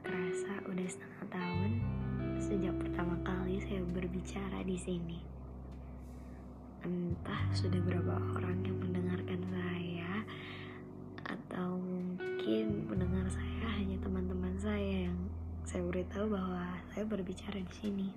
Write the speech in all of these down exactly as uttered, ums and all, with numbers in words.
kerasa udah setengah tahun sejak pertama kali saya berbicara di sini. Entah sudah berapa orang yang mendengarkan saya, atau mungkin mendengar saya hanya teman-teman saya yang saya beritahu bahwa saya berbicara di sini.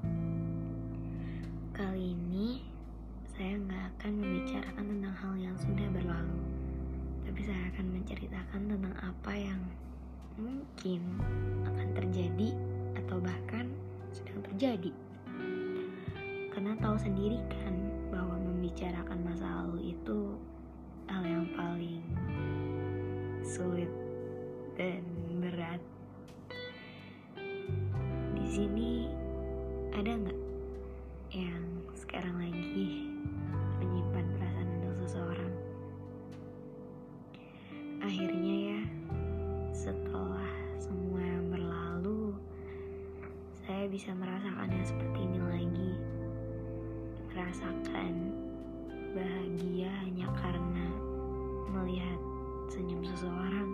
Kali ini saya nggak akan membicarakan tentang hal yang sudah berlalu, tapi saya akan menceritakan tentang apa yang mungkin akan terjadi atau bahkan sedang terjadi. Karena tahu sendiri kan bahwa membicarakan masa lalu itu hal yang paling sulit dan berat. Di sini ada nggak yang sekarang lagi menyimpan perasaan untuk seseorang? Akhirnya ya, setelah semua yang berlalu, saya bisa merasakannya seperti ini lagi. Merasakan bahagia hanya karena melihat senyum seseorang.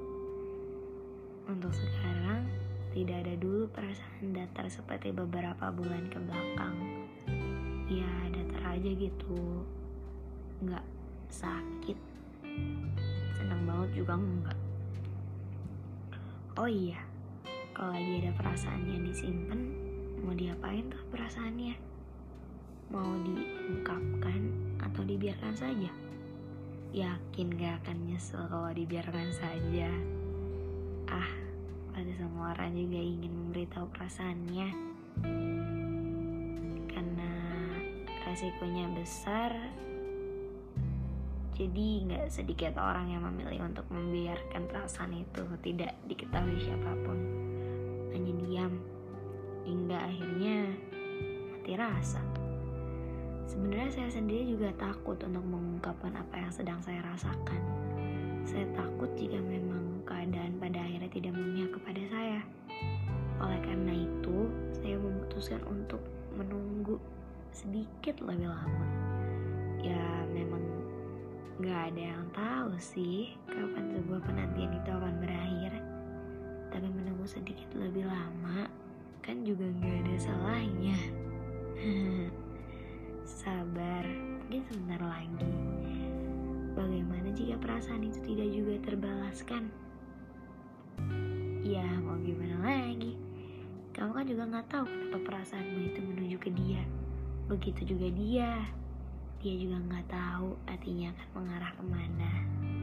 Untuk sekarang, tidak ada dulu perasaan datar seperti beberapa bulan ke belakang. Ya, datar aja gitu. Nggak sakit, senang banget juga enggak. Oh iya, kalau lagi ada perasaan yang disimpan, mau diapain tuh perasaannya? Mau diungkapkan atau dibiarkan saja? Yakin gak akan nyesel kalau dibiarkan saja? Ah, pasti semua orang juga ingin memberitahu perasaannya, karena resikonya besar. Jadi gak sedikit orang yang memilih untuk membiarkan perasaan itu tidak diketahui siapapun, hanya diam hingga akhirnya mati rasa. Sebenarnya saya sendiri juga takut untuk mengungkapkan apa yang sedang saya rasakan. Saya takut jika memang keadaan pada akhirnya tidak memihak kepada saya. Oleh karena itu, saya memutuskan untuk menunggu sedikit lebih lama. Ya memang gak ada yang tahu sih kapan sebuah penantian itu akan berakhir. Tapi menunggu sedikit lebih lama kan juga gak ada salahnya. Sabar, mungkin sebentar lagi. Bagaimana jika perasaan itu tidak juga terbalaskan? Ya mau gimana lagi, kamu kan juga gak tahu kenapa perasaanmu itu menuju ke dia. Begitu juga dia Dia juga gak tahu hatinya akan mengarah kemana.